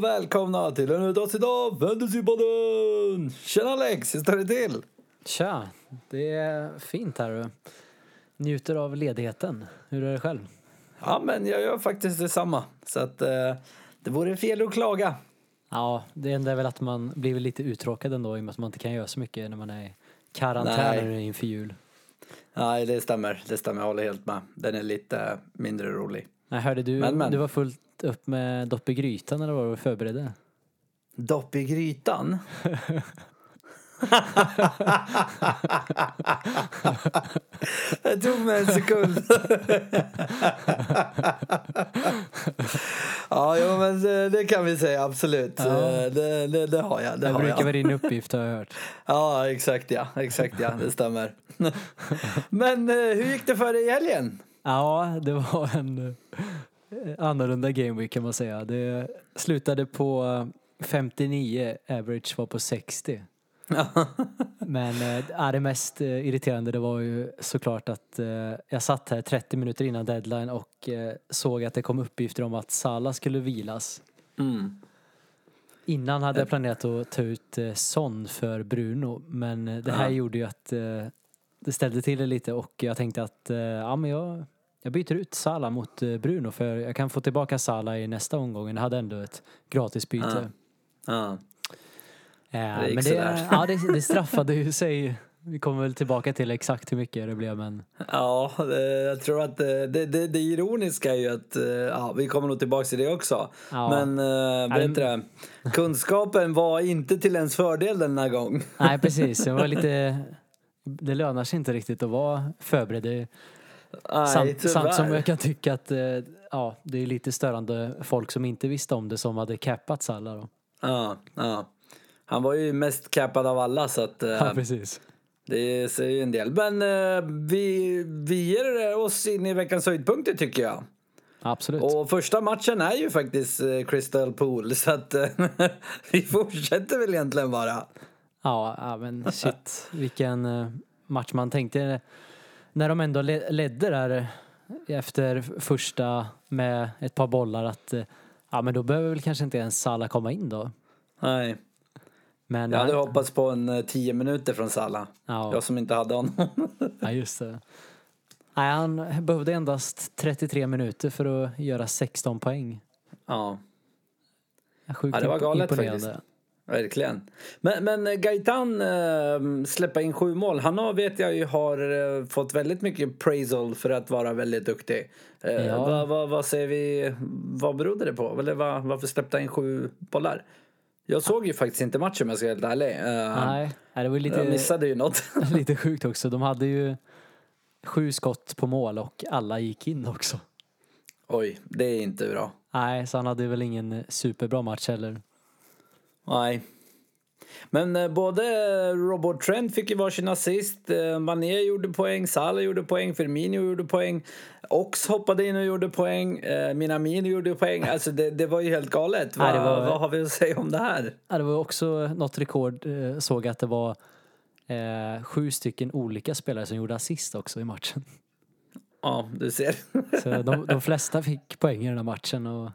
och välkomna till en avsnitt av Fantasypodden! Tjena Alex, hur står det till? Tja, det är fint här. Njuter av ledigheten. Hur är det själv? Ja, men jag gör faktiskt detsamma. Så att det vore fel att klaga. Ja, det enda är väl att man blir lite uttråkad ändå i och med att man inte kan göra så mycket när man är i karantän inför jul. Nej, det stämmer. Jag håller helt med. Den är lite mindre rolig. Jag hörde du var fullt upp med dopp i grytan eller vad du förberedde? Dopp i grytan? Det tog mig en sekund. Ja, men det kan vi säga, absolut. Ja. Det har jag. Det brukar vara din uppgift, har jag hört. Ja, exakt, det stämmer. Men hur gick det för dig i helgen? Ja, det var en annorlunda game week kan man säga. Det slutade på 59, average var på 60. Men det mest irriterande det var ju såklart att jag satt här 30 minuter innan deadline och såg att det kom uppgifter om att Salah skulle vilas. Innan hade jag planerat att ta ut Son för Bruno, men det här gjorde ju att det ställde till det lite och jag tänkte att men jag byter ut Salah mot Bruno för jag kan få tillbaka Salah i nästa omgång. Jag hade ändå ett gratis byte. Men det straffade ju sig. Vi kommer väl tillbaka till exakt hur mycket det blev, men... Ja, jag tror att det ironiska är ju att vi kommer nog tillbaka till det också. Ja. Men kunskapen var inte till ens fördel den här gången. Nej, precis. Det lönar sig inte riktigt att vara förberedd. Samt som jag kan tycka att det är lite störande folk som inte visste om det som hade cappat Salah då. Ja. Han var ju mest cappad av alla, så att... Ja, precis. Det säger ju en del. Men vi ger oss in i veckans höjdpunkter, tycker jag. Absolut. Och första matchen är ju faktiskt Crystal Pool, så att vi fortsätter väl egentligen bara. Ja, men shit. Vilken match man tänkte när de ändå ledde där efter första med ett par bollar att men då behöver väl kanske inte ens Salah komma in då. Nej. Men jag hade hoppats på en 10 minuter från Salah. Ja. Jag som inte hade honom. Ja, just det. Nej, han behövde endast 33 minuter för att göra 16 poäng. Ja. Sjukt det var galet imponerande. Faktiskt. Verkligen. Men Gaetan släppa in 7 mål. Han har fått väldigt mycket appraisal för att vara väldigt duktig. Vad säger vi? Vad berodde det på? Eller varför släppte han in 7 bollar? Jag såg ju faktiskt inte matchen, men jag ska helt ärlig. Nej, det var lite... Jag missade ju något. Lite sjukt också. De hade ju 7 skott på mål och alla gick in också. Oj, det är inte bra. Nej, så han hade väl ingen superbra match heller. Nej. Men både Robert Trent fick ju varsin assist. Mané gjorde poäng, Salah gjorde poäng, Firmino gjorde poäng, Ox hoppade in och gjorde poäng, Minamino gjorde poäng. Alltså det var ju helt galet. Vad har vi att säga om det här? Ja, det var också något rekord. Såg att det var 7 stycken olika spelare som gjorde assist också i matchen. Ja, du ser. Så de flesta fick poäng i den här matchen. Och,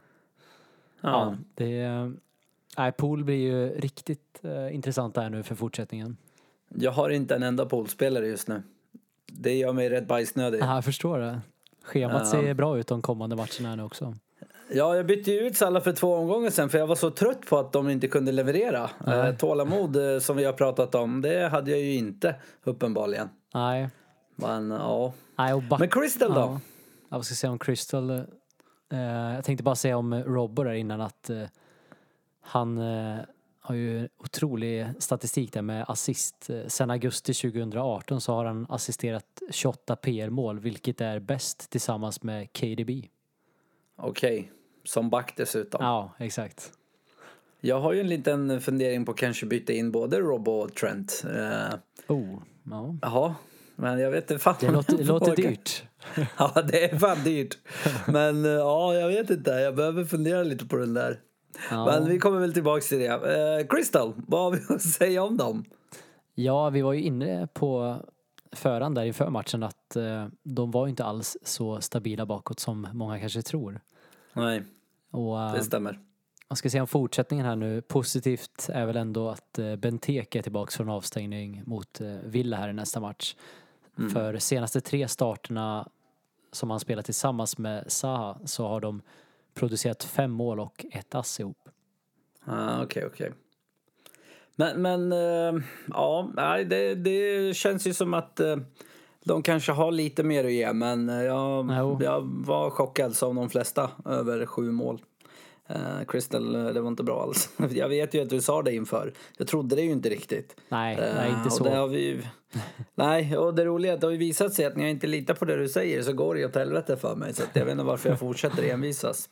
Pool blir ju riktigt intressant här nu för fortsättningen. Jag har inte en enda poolspelare just nu. Det gör mig rätt bajsnödig. Ja, jag förstår det. Schemat ser bra ut de kommande matcherna här nu också. Ja, jag bytte ut Salah för 2 omgångar sen för jag var så trött på att de inte kunde leverera. Tålamod som vi har pratat om, det hade jag ju inte uppenbarligen. Nej. Men ja. Men Crystal då? Ja. Jag ska säga om Crystal. Jag tänkte bara säga om Robbo där innan att han har ju otrolig statistik där med assist. Sen augusti 2018 så har han assisterat 28 PR-mål, vilket är bäst tillsammans med KDB. Okej, som back dessutom. Ja, exakt. Jag har ju en liten fundering på att kanske byta in både Robbo och Trent. Ja. Jaha, men jag vet inte fan. Det låter dyrt. Ja, det är fan dyrt. Men jag vet inte. Jag behöver fundera lite på den där. Ja. Men vi kommer väl tillbaka till det. Crystal, vad har vi att säga om dem? Ja, vi var ju inne på förhand där inför matchen att de var inte alls så stabila bakåt som många kanske tror. Nej, det stämmer. man ska säga om fortsättningen här nu. Positivt är väl ändå att Benteke är tillbaka från avstängning mot Villa här i nästa match. För senaste 3 starterna som han spelat tillsammans med Zaha så har de producerat 5 mål och 1 ass ihop. Okej. Men ja, det känns ju som att de kanske har lite mer att ge, men jag var chockad som de flesta över 7 mål. Crystal, det var inte bra alls. Jag vet ju att du sa det inför. Jag trodde det ju inte riktigt. Nej, inte så. Och det har vi nej, och det roliga är att det har ju visat sig att när jag inte litar på det du säger så går det åt helvete för mig. Så att jag vet inte varför jag fortsätter envisas.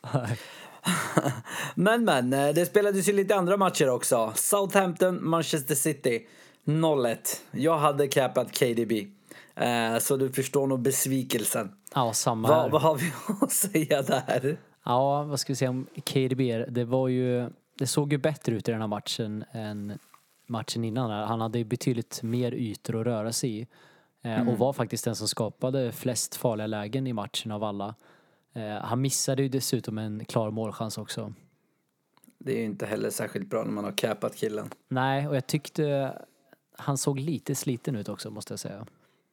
men det spelades ju lite andra matcher också. Southampton, Manchester City 0-1. Jag hade capat KDB. Så du förstår nog besvikelsen. Ja, samma här. Vad har vi att säga där? Ja, vad ska vi säga om KDB? Det såg ju bättre ut i den här matchen än matchen innan. Han hade betydligt mer ytor att röra sig i. Och var faktiskt den som skapade flest farliga lägen i matchen av alla. Han missade ju dessutom en klar målchans också. Det är ju inte heller särskilt bra när man har capat killen. Nej, och jag tyckte han såg lite sliten ut också, måste jag säga.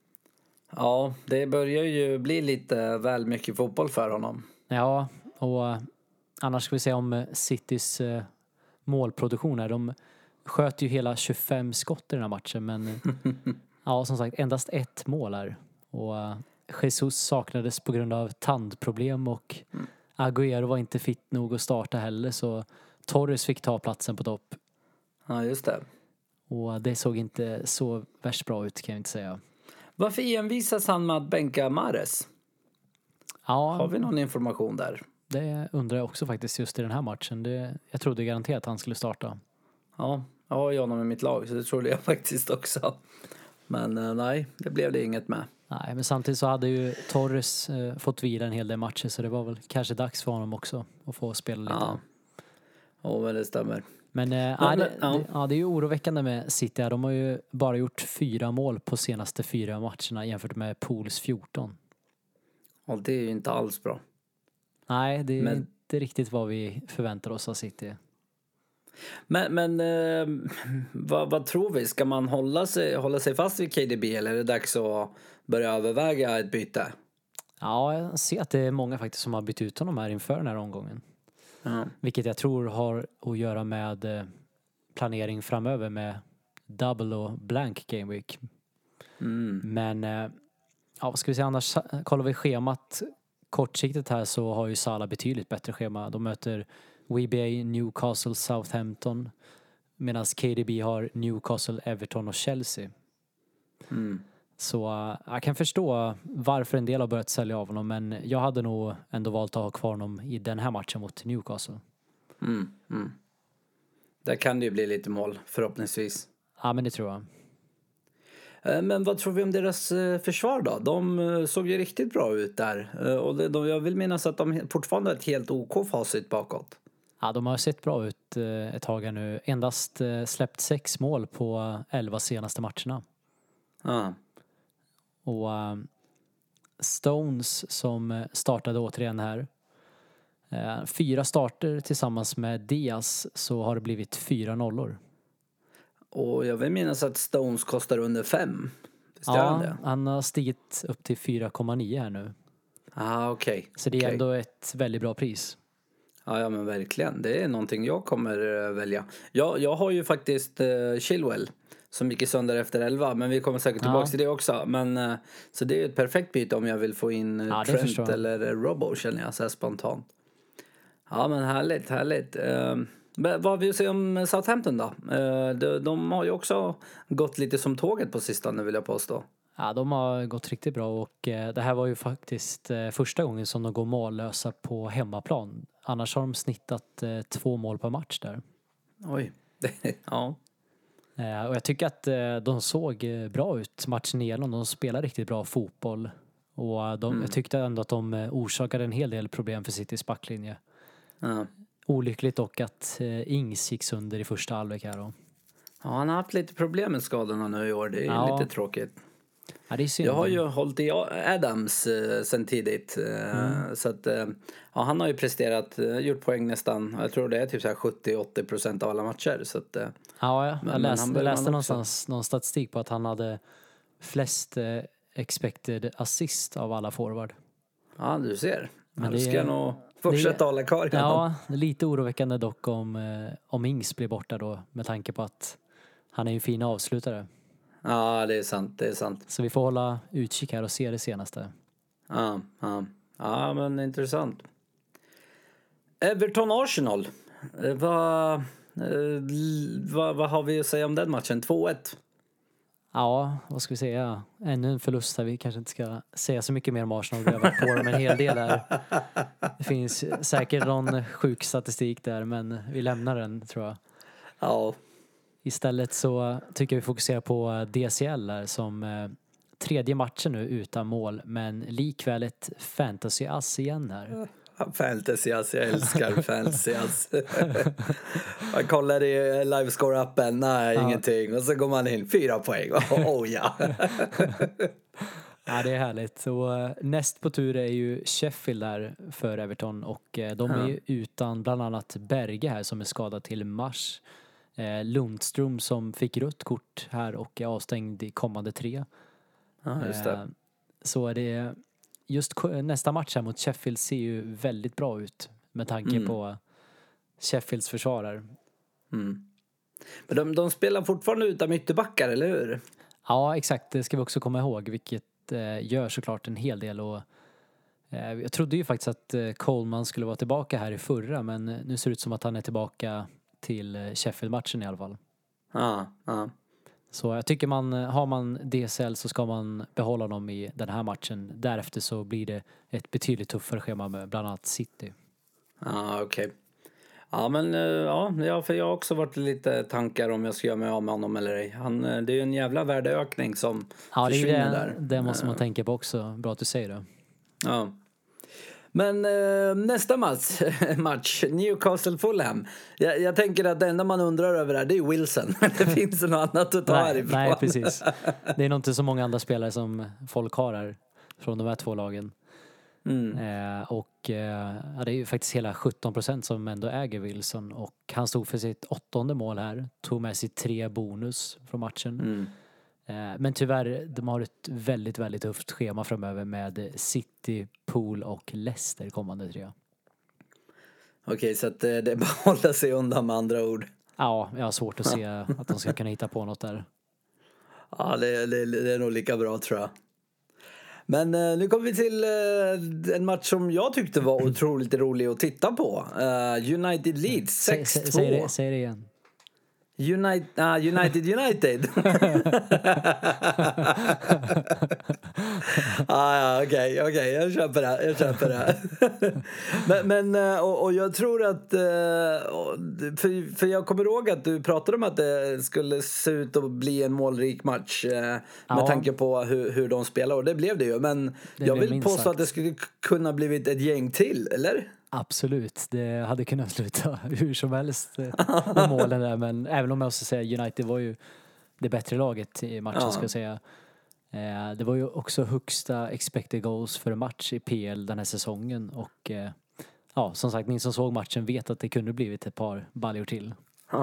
Ja, det börjar ju bli lite väl mycket fotboll för honom. Ja, och annars ska vi säga om Citys målproduktion här. De sköt ju hela 25 skott i den här matchen, men ja, som sagt, endast 1 mål här. Och Jesus saknades på grund av tandproblem och Agüero var inte fit nog att starta heller, så Torres fick ta platsen på topp. Ja, just det. Och det såg inte så värst bra ut, kan jag inte säga. Varför envisas han med att bänka Mahrez? Ja, har vi någon information där? Det undrar jag också faktiskt just i den här matchen. Jag trodde garanterat att han skulle starta. Ja, jag har ju honom i mitt lag, så det trodde jag faktiskt också. Men nej, det blev det inget med. Nej, men samtidigt så hade ju Torres fått vila en hel del matcher, så det var väl kanske dags för honom också att få spela lite. Ja, men det stämmer. Men det är ju oroväckande med City. De har ju bara gjort 4 mål på senaste 4 matcherna jämfört med Pools 14. Ja, det är ju inte alls bra. Nej, det är inte riktigt vad vi förväntar oss av City. Men vad tror vi? Ska man hålla sig fast vid KDB, eller är det dags att börja överväga ett byte? Ja, jag ser att det är många faktiskt som har bytt ut honom här inför den här omgången. Vilket jag tror har att göra med planering framöver med double och blank game week. Men vad ska vi säga annars? Kollar vi schemat kortsiktigt här så har ju Salah betydligt bättre schema. De möter WBA, Newcastle, Southampton, medan KDB har Newcastle, Everton och Chelsea. Så jag kan förstå varför en del har börjat sälja av honom, men jag hade nog ändå valt att ha kvar honom i den här matchen mot Newcastle. Där kan det ju bli lite mål, förhoppningsvis. Ja, men det tror jag. Men vad tror vi om deras försvar då? De såg ju riktigt bra ut där. Och jag vill minnas att de fortfarande har ett helt OK facit bakåt. Ja, de har sett bra ut ett tag här nu. Endast släppt 6 mål på 11 senaste matcherna. Och Stones som startade återigen här. 4 starter tillsammans med Diaz, så har det blivit 4 nollor. Och jag vill minnas att Stones kostar under 5. Han har stigit upp till 4,9 här nu. Okej. Så det är ändå ett väldigt bra pris. Ja, men verkligen. Det är någonting jag kommer välja. Jag har ju faktiskt Chilwell som gick sönder efter 11, men vi kommer säkert tillbaka till det också. Men så det är ett perfekt byte om jag vill få in Trent eller Robbo, känner jag så här spontant. Ja, men härligt. Vad har vi att säga om Southampton då? De har ju också gått lite som tåget på sistone, vill jag påstå. Ja, de har gått riktigt bra, och det här var ju faktiskt första gången som de går mållösa på hemmaplan. Annars har de snittat 2 mål per match där. Oj, ja. Och jag tycker att de såg bra ut matchen igenom. De spelar riktigt bra fotboll. Och jag tyckte ändå att de orsakade en hel del problem för Citys backlinje. Olyckligt dock att Ings gick sönder i första halvlek här då. Ja, han har haft lite problem med skadorna nu i år. Det är lite tråkigt. Ja, det är synd. Jag har ju hållit i Adams sen tidigt. Så att han har ju presterat, gjort poäng nästan, jag tror det är typ så här 70-80% av alla matcher. Så att, jag läste någonstans någon statistik på att han hade flest expected assist av alla forward. Ja, du ser. Men det ska jag nog fortsätta hålla kvar. Ja, lite oroväckande dock om Ings blir borta då, med tanke på att han är ju en fin avslutare. Ja, det är sant. Så vi får hålla utkik här och se det senaste. Ja, men intressant. Everton-Arsenal. Vad har vi att säga om den matchen? 2-1. Ja, vad ska vi säga? Ännu en förlust här. Vi kanske inte ska säga så mycket mer om Arsenal. Vi har varit på dem en hel del där. Det finns säkert någon sjuk statistik där, men vi lämnar den, tror jag. Ja. Istället så tycker jag vi fokuserar på DCL här, som tredje matchen nu utan mål, men likväl ett fantasy-ass igen här. Fantasy-ass, jag älskar fantasy-ass. Man kollar i livescore-appen, nej, ingenting. Och så går man in, 4 poäng. Ja. Ja, det är härligt. Och näst på tur är ju Sheffield där för Everton. Och de är ju utan bland annat Berge här, som är skadad till mars. Lundström som fick rött kort här och är avstängd i kommande 3. Just det. Så är det just nästa match här mot Sheffield ser ju väldigt bra ut med tanke på Sheffields försvarare. Men de spelar fortfarande utan ytterbackar, eller hur? Ja, exakt. Det ska vi också komma ihåg, vilket gör såklart en hel del. Och jag trodde ju faktiskt att Coleman skulle vara tillbaka här i förra, men nu ser det ut som att han är tillbaka till Sheffield-matchen i alla fall. Ja. Så jag tycker har man DSL så ska man behålla dem i den här matchen. Därefter så blir det ett betydligt tuffare schema med bland annat City. Okej. Ja, men för jag har också varit lite tankar om jag ska göra mig av med honom eller ej. Det är ju en jävla värdeökning som försvinner där. Det måste man tänka på också. Bra att du säger det. Ja. Men nästa match Newcastle-Fulham. Jag tänker att det enda man undrar över här, det är Wilson. Det finns något annat att ta härifrån. Nej, precis. Det är nog inte så många andra spelare som folk har här från de här två lagen. Det är ju faktiskt hela 17% som ändå äger Wilson. Och han stod för sitt 8:e mål här. Tog med sig 3 bonus från matchen. Men tyvärr, de har ett väldigt, väldigt tufft schema framöver med City, Pool och Leicester kommande 3. Okej, så att det är bara att hålla sig undan med andra ord. Ja, jag har svårt att se att de ska kunna hitta på något där. Ja, det är nog lika bra, tror jag. Men nu kommer vi till en match som jag tyckte var otroligt rolig att titta på. United Leeds 6-2. Säg det igen. United. Okej, jag köper det. men jag tror att för jag kommer ihåg att du pratade om att det skulle se ut att bli en målrik match med tanke på hur de spelar, och det blev det ju, men jag vill påstå att det skulle kunna blivit ett gäng till, eller? Absolut, det hade kunnat sluta hur som helst med målen där, men även om jag måste säga United var ju det bättre laget i matchen, ska jag säga. Det var ju också högsta expected goals för en match i PL den här säsongen, och som sagt, ni som såg matchen vet att det kunde blivit ett par baljor till.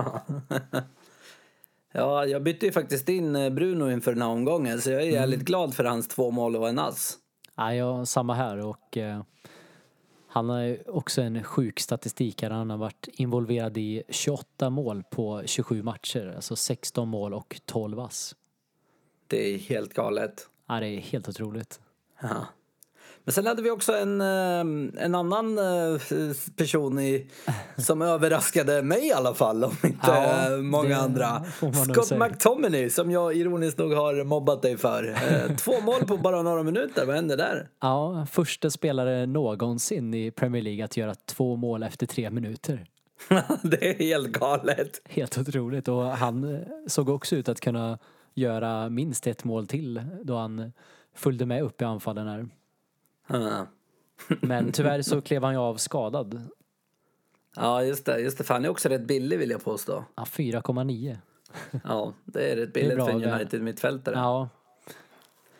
Ja, jag bytte ju faktiskt in Bruno inför den här omgången, så jag är jävligt glad för hans 2 mål och en ass. Ja, samma här, och han har också en sjuk statistik här. Han har varit involverad i 28 mål på 27 matcher. Alltså 16 mål och 12 ass. Det är helt galet. Ja, det är helt otroligt. Ja. Men sen hade vi också en annan person som överraskade mig i alla fall, om inte många andra. Scott McTominay, som jag ironiskt nog har mobbat dig för. 2 mål på bara några minuter, vad hände där? Ja, första spelare någonsin i Premier League att göra 2 mål efter 3 minuter. Det är helt galet. Helt otroligt, och han såg också ut att kunna göra minst 1 mål till då han följde med upp i anfallen här. Men tyvärr så klev han ju av skadad. Ja, just det. För han är också rätt billig, vill jag påstå. Ja, 4,9. Ja, det är rätt billigt för en United-mittfältare. Ja.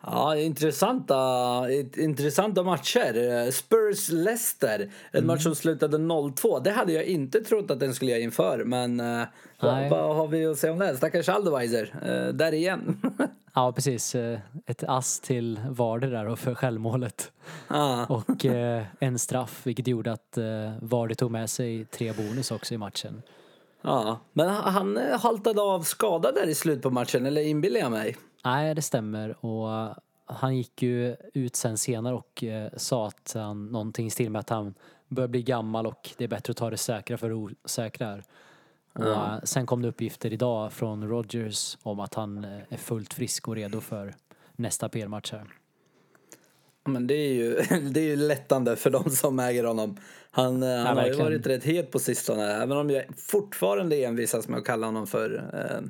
Ja, intressanta matcher. Spurs-Leicester, en match som slutade 0-2. Det hade jag inte trott att den skulle jag inför, men vad har vi att säga om det? Stackars Alderweiser, där igen. Ja, precis. Ett ass till Vardy där och för självmålet. Och en straff, vilket gjorde att Vardy tog med sig 3 bonus också i matchen. Ja, men han haltade av skada där i slut på matchen, eller inbillar jag mig? Nej, det stämmer. Och han gick ju ut sen senare och sa att någonting till med att han börjar bli gammal och det är bättre att ta det säkra för det osäkra här. Och sen kom det uppgifter idag från Rodgers om att han är fullt frisk och redo för nästa PL-match här. Men det är ju lättande för de som äger honom. Han har ju varit rätt het på sistone, även om jag fortfarande envisas med att kalla honom för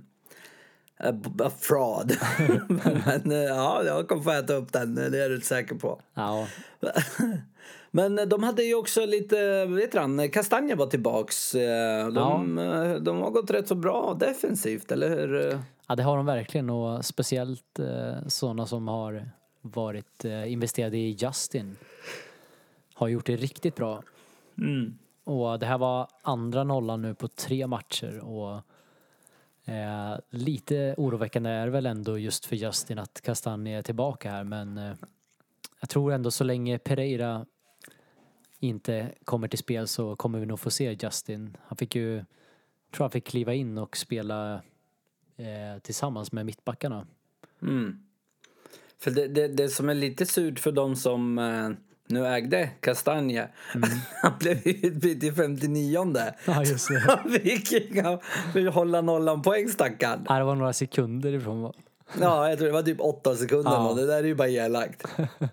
a fraud. Men jag kommer få äta upp den, det är jag rätt säker på. Ja. Men de hade ju också lite, Kastanje var tillbaks. De har gått rätt så bra defensivt, eller hur? Ja, det har de verkligen, och speciellt sådana som har varit investerade i Justin har gjort det riktigt bra. Och det här var andra nollan nu på 3 matcher, och lite oroväckande är väl ändå just för Justin att Kastanje är tillbaka här, men jag tror ändå så länge Pereira inte kommer till spel så kommer vi nog få se Justin. Han fick kliva in och spela tillsammans med mittbackarna. För det som är lite surt för de som nu ägde Kastanje, han blev utbytt i 59:e. Ja, just det. Han fick hålla nollan poäng, stackarn. Det var några sekunder ifrån. Ja, jag tror det var typ 8 sekunder. Och det där är ju bara elakt.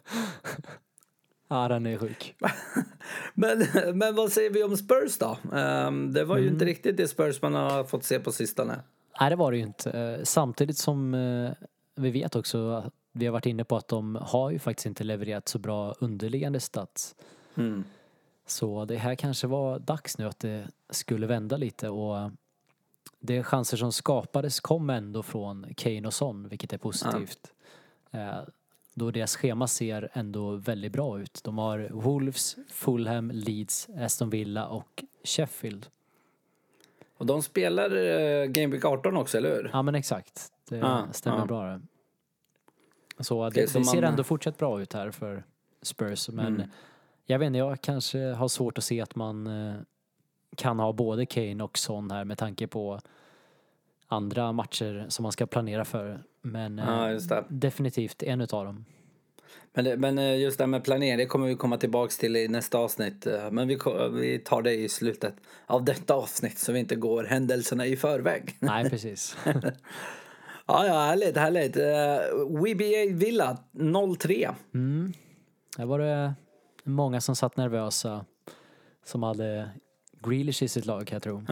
Ja, den är sjuk. Men vad säger vi om Spurs då? Det var ju inte riktigt det Spurs man har fått se på sistone. Nej, det var det ju inte. Samtidigt som vi vet också att vi har varit inne på att de har ju faktiskt inte levererat så bra underliggande stats. Så det här kanske var dags nu att det skulle vända lite, och de chanser som skapades kom ändå från Kane och Son, vilket är positivt. Då deras schema ser ändå väldigt bra ut. De har Wolves, Fulham, Leeds, Aston Villa och Sheffield. Och de spelar Game Week 18 också, eller hur? Ja, men exakt. Det stämmer bra. Så det ser ändå fortsatt bra ut här för Spurs. Men jag vet inte, jag kanske har svårt att se att man kan ha både Kane och Son här med tanke på andra matcher som man ska planera för. Men definitivt en utav dem. Men just det här med planering, det kommer vi komma tillbaks till i nästa avsnitt. Men vi tar det i slutet av detta avsnitt, så vi inte går händelserna i förväg. Nej, precis. Ja, härligt. WBA Villa 0-3. Där var det många som satt nervösa, som hade Grealish i sitt lag, jag tror.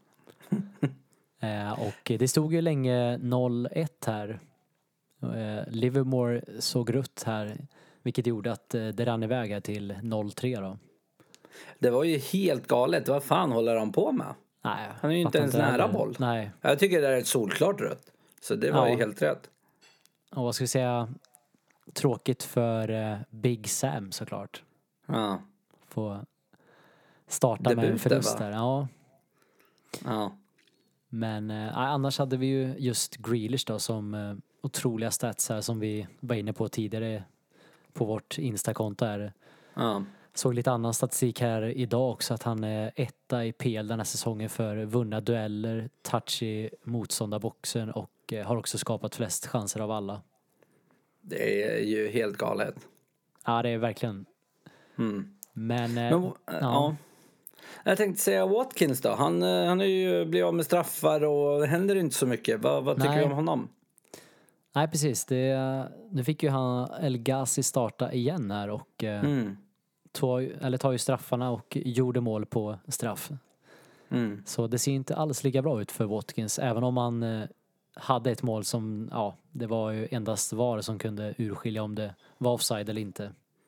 Och det stod ju länge 0-1 här. Livermore såg rött här, vilket gjorde att det rann iväg här till 0-3 då. Det var ju helt galet. Vad fan håller han på med? Nej, han är ju inte ens nära boll. Nej. Jag tycker det är ett solklart rött. Så det var ju helt rätt. Och vad ska vi säga, tråkigt för Big Sam såklart. Få starta debuten, med en förlust där. Ja. Men annars hade vi ju just Grealish då, som otroliga stats här som vi var inne på tidigare på vårt Insta-konto här. Såg lite annan statistik här idag också, att han är etta i PL den här säsongen för vunna dueller, touch i motståndarboxen och har också skapat flest chanser av alla. Det är ju helt galet. Ja, det är verkligen. Men jag tänkte säga Watkins då. Han har ju blivit av med straffar och det händer inte så mycket. Vad tycker du om honom? Nej, precis. Nu fick ju han El Ghazi starta igen här och tar ju straffarna och gjorde mål på straff. Så det ser inte alls lika bra ut för Watkins, även om han hade ett mål som, det var ju endast VAR som kunde urskilja om det var offside eller inte.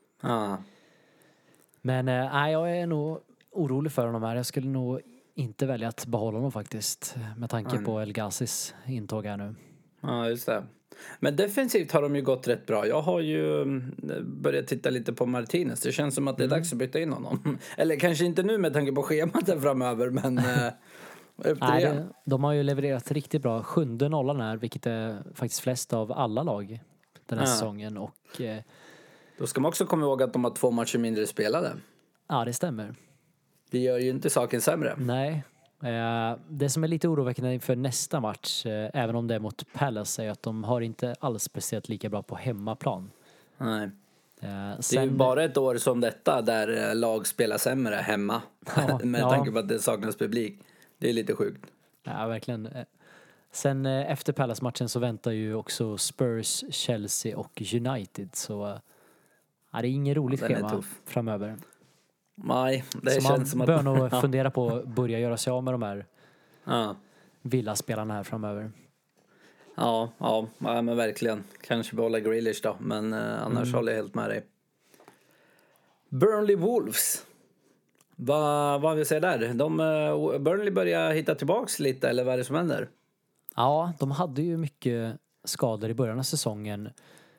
Men jag är nog orolig för honom här. Jag skulle nog inte välja att behålla honom faktiskt, med tanke på El Ghazis intåg här nu. Ja, just det. Men defensivt har de ju gått rätt bra. Jag har ju börjat titta lite på Martinez. Det känns som att det är dags att byta in honom. Eller kanske inte nu med tanke på schemat där framöver, men Nej, de har ju levererat riktigt bra. 7:e nollan här, vilket är faktiskt flest av alla lag den här säsongen. Och då ska man också komma ihåg att de har 2 matcher mindre spelade. Ja, det stämmer. Det gör ju inte saken sämre. Nej. Det som är lite oroväckande inför nästa match, även om det är mot Palace, är att de har inte alls presterat lika bra på hemmaplan. Nej. Det är ju bara ett år som detta där lag spelar sämre hemma. Ja, med tanke på att det saknas publik. Det är lite sjukt. Ja, verkligen. Sen efter Palace-matchen så väntar ju också Spurs, Chelsea och United. Så det är inget roligt schema framöver. Nej, det så känns som att man bör nog fundera på att börja göra sig av med de här villaspelarna här framöver. Ja, men verkligen. Kanske behålla Grealish då, men annars håller jag helt med dig. Burnley Wolves. Vad vill säga där? Burnley börjar hitta tillbaks lite, eller vad är det som händer? Ja, de hade ju mycket skador i början av säsongen.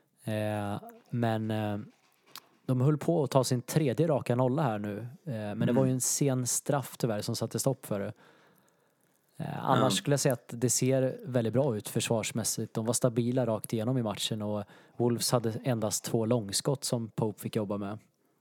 Men de höll på att ta sin 3:e raka nolla här nu. Men det var ju en sen straff tyvärr som satte stopp för det. Annars skulle jag säga att det ser väldigt bra ut försvarsmässigt. De var stabila rakt igenom i matchen och Wolves hade endast 2 långskott som Pope fick jobba med.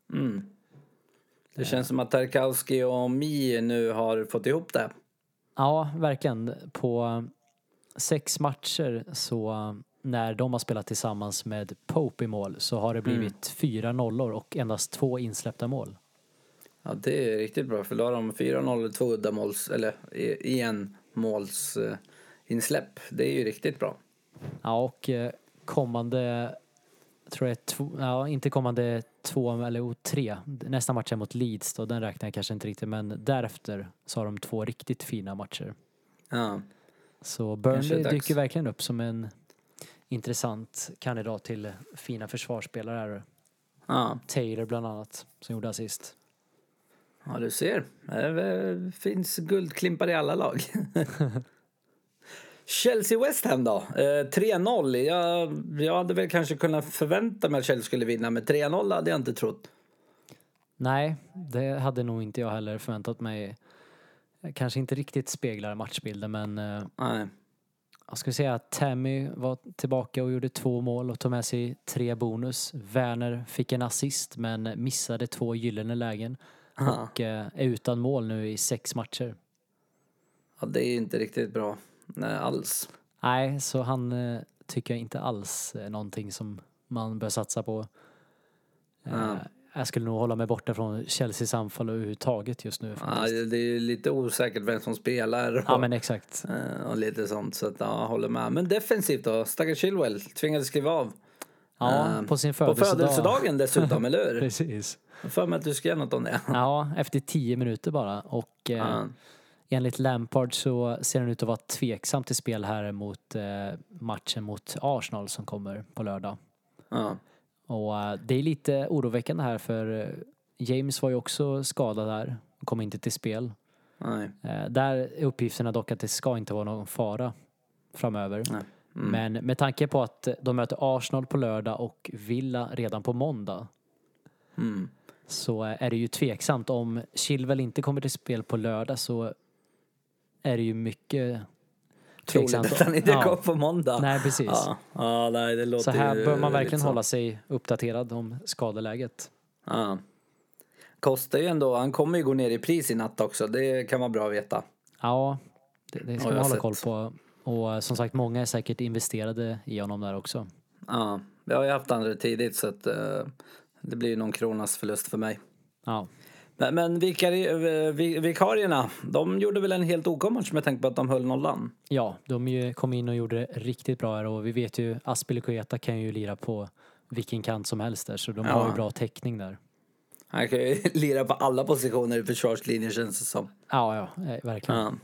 Det känns som att Tarkowski och Mi nu har fått ihop det. Ja, verkligen. På 6 matcher så när de har spelat tillsammans med Pope i mål så har det blivit 4 nollor och endast 2 insläppta mål. Ja, det är riktigt bra, för då har de 4-0 och 2 uddamåls, eller en måls insläpp. Det är ju riktigt bra. Ja, och kommande, tror jag, inte kommande 2 eller 3. Nästa match är mot Leeds då, den räknar jag kanske inte riktigt, men därefter så har de 2 riktigt fina matcher. Ja. Så Burnley dyker verkligen upp som en intressant kandidat till fina försvarsspelare här. Ja. Taylor bland annat, som gjorde assist. Ja, du ser. Det finns guldklimpar i alla lag. Chelsea-West Ham då. 3-0. Jag hade väl kanske kunnat förvänta mig att Chelsea skulle vinna, men 3-0 hade jag inte trott. Nej, det hade nog inte jag heller förväntat mig. Kanske inte riktigt speglar matchbilden, men nej. Jag skulle säga att Tammy var tillbaka och gjorde 2 mål och tog med sig 3 bonus. Werner fick en assist men missade 2 gyllene lägen. Och är utan mål nu i 6 matcher. Ja, det är inte riktigt bra. Nej, alls. Nej, så han tycker jag inte alls är någonting som man bör satsa på. Jag skulle nog hålla mig borta från Chelseas anfall överhuvudtaget just nu. Ja, det är lite osäkert vem som spelar. Ja, men exakt. Och lite sånt, så att jag håller med. Men defensivt då? Stackars Chilwell tvingades skriva av. Ja, på sin födelsedag. På födelsedagen dessutom, eller hur? Precis. Jag för mig att du skrev något om det. Ja, efter 10 minuter bara. Och enligt Lampard så ser han ut att vara tveksam till spel här mot matchen mot Arsenal som kommer på lördag. Ja. Och det är lite oroväckande här, för James var ju också skadad där och kom inte till spel. Nej. Där är uppgifterna dock att det ska inte vara någon fara framöver. Men med tanke på att de möter Arsenal på lördag och Villa redan på måndag, så är det ju tveksamt. Om Chilwell inte kommer till spel på lördag så är det ju mycket tveksamt. Troligt att han inte går på måndag. Nej, precis. Ja, nej, det låter så här bör man verkligen liksom hålla sig uppdaterad om skadeläget. Ja. Kostar ju ändå, han kommer ju gå ner i pris i natt också. Det kan vara bra att veta. Ja, det ska man hålla koll på. Och som sagt, många är säkert investerade i honom där också. Ja, vi har ju haft andra tidigt, så att det blir ju någon kronas förlust för mig. Ja. Men vikarierna, de gjorde väl en helt OK-match med tanke på att de höll nollan. Ja, de kom in och gjorde det riktigt bra här, och vi vet ju Aspilicueta kan ju lira på vilken kant som helst där, så de har ju bra täckning där. Han kan ju lira på alla positioner i försvarslinjen, känns det som. Ja, verkligen. Ja.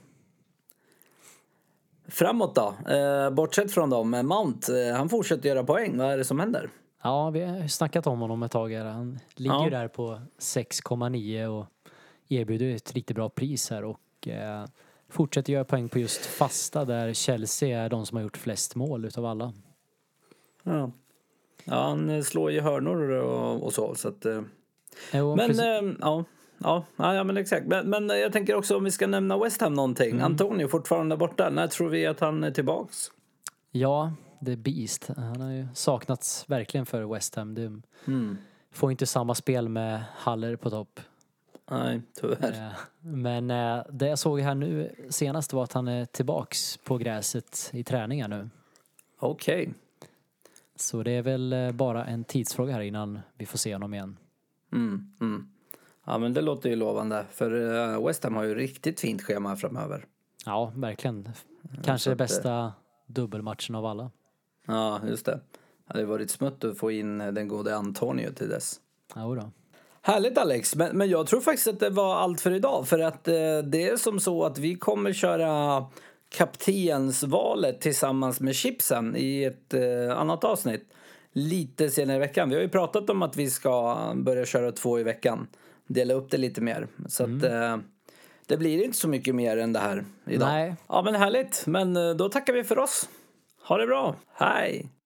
Framåt då, bortsett från dem, Mount, han fortsätter göra poäng. Vad är det som händer? Ja, vi har snackat om honom ett tag här. Han ligger där på 6,9 och erbjuder ett riktigt bra pris här. Och fortsätter göra poäng på just fasta där Chelsea är de som har gjort flest mål utav alla. Ja, han slår ju hörnor och så att... Jo, men precis. ja, men exakt. Men jag tänker också om vi ska nämna West Ham någonting. Antonio fortfarande borta. När tror vi att han är tillbaks? Ja, det är Beast. Han har ju saknats verkligen för West Ham. De får inte samma spel med Haller på topp. Nej, tyvärr. Men det jag såg här nu senast var att han är tillbaks på gräset i träningar nu. Okej. Så det är väl bara en tidsfråga här innan vi får se honom igen. Ja, men det låter ju lovande. För West Ham har ju riktigt fint schema framöver. Ja, verkligen. Kanske det bästa dubbelmatchen av alla. Ja, just det. Det hade varit smutt att få in den gode Antonio till dess. Ja, då. Härligt Alex, men jag tror faktiskt att det var allt för idag. För att det är som så att vi kommer köra kaptensvalet tillsammans med chipsen i ett annat avsnitt. Lite senare i veckan. Vi har ju pratat om att vi ska börja köra 2 i veckan. Dela upp det lite mer. Så att det blir inte så mycket mer än det här idag. Nej. Ja, men härligt. Men då tackar vi för oss. Ha det bra. Hej!